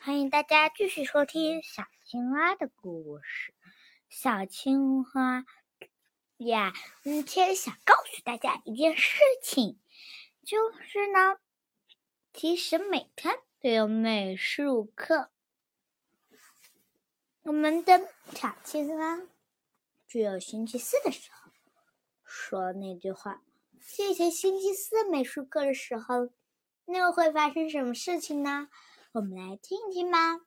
欢迎大家继续收听小青蛙的故事。小青蛙呀，今天想告诉大家一件事情，就是呢，其实每天都有美术课。我们的小青蛙只有星期四的时候说那句话，谢谢星期四美术课的时候，那会发生什么事情呢？我们来听一听吧。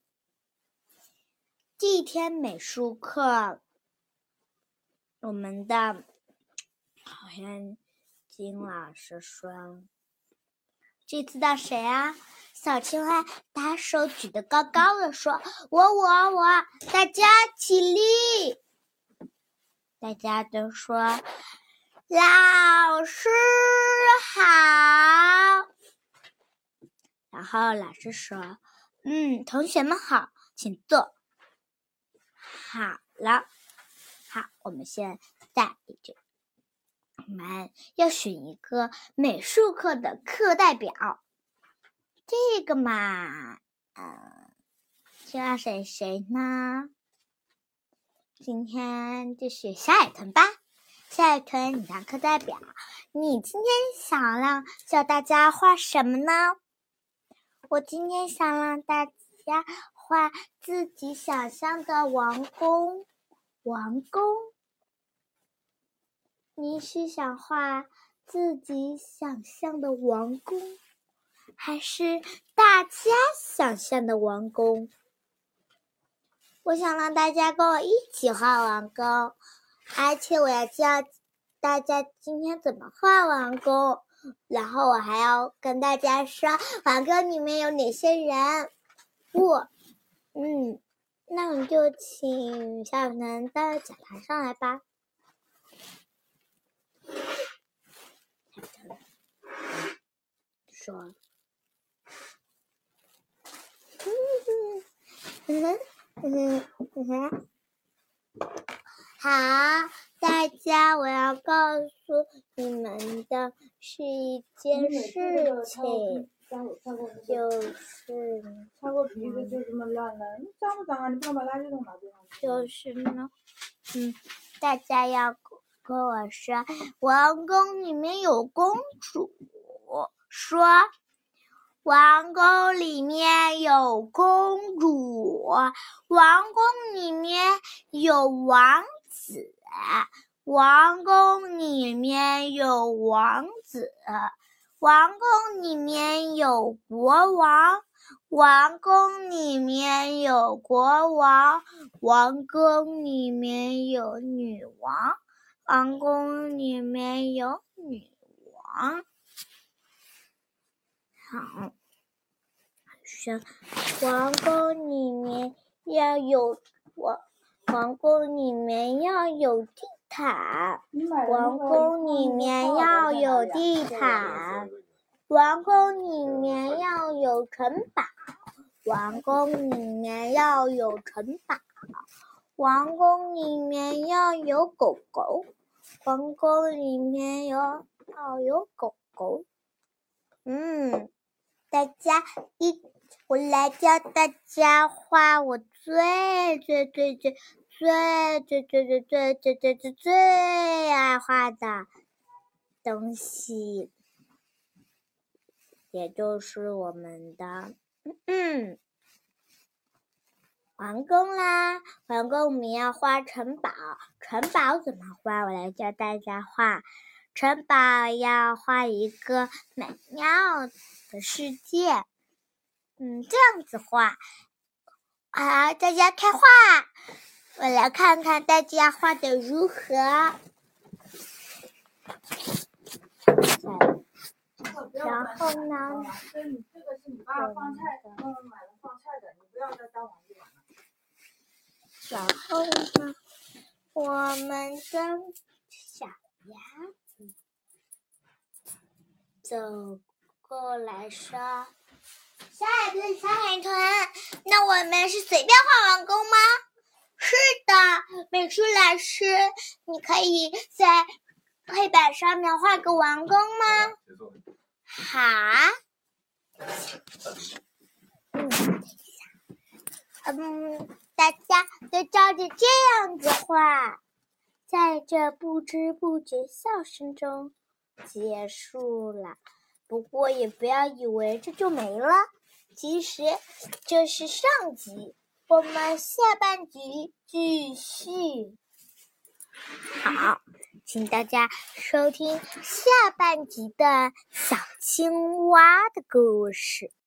第一天美术课，我们的好像金老师说，这次到谁啊？小青蛙把手举得高高的说，我，大家起立。大家都说老师好。然后老师说，同学们好，请坐。好了，好，我们现在我们要选一个美术课的课代表。这个嘛，就要选谁呢？今天就选夏雨桐吧。夏雨桐，你当课代表，你今天想让教大家画什么呢？我今天想让大家画自己想象的王宫。王宫，你是想画自己想象的王宫，还是大家想象的王宫？我想让大家跟我一起画王宫，而且我要教大家今天怎么画王宫，然后我还要跟大家说王宫里面有哪些人物。那我们就请小雨桐到讲台上来吧。说，好，大家，我要告诉你们的是一件事情，就是擦过鼻子就这么乱了，你脏不脏啊？你不能把垃圾桶拿地上。 就是呢，大家要跟我说，王宫里面有公主，说王宫里面有公主，王宫里面有王子，王宫里面有王子，王宫里面有国王，王宫里面有国王，王宫里面有女王，王宫里面有女王。好，是王宫里面要有王宫里面要有地毯，王宫里面要有地毯，王宫里面要有城堡，王宫里面要有城堡，王宫里面要有狗狗，王宫里面要有狗狗。我来教大家画我最爱画的东西，也就是我们的王宫啦。王宫我们要画城堡，城堡怎么画？我来教大家画。城堡要画一个美妙的世界，这样子画。好，大家开画，我来看看大家画的如何。然后呢？ 你这个是你爸放菜的，买了放菜的，你不要再当玩具玩了。 然后呢？我们的小鸭子走过来说，小海豚，那我们是随便画王宫吗？是的，美术老师，你可以在黑板上面画个王宫吗？好。 大家就照着这样子画，在这不知不觉笑声中结束了。不过也不要以为这就没了，其实这是上集，我们下半集继续。好，请大家收听下半集的小青蛙的故事。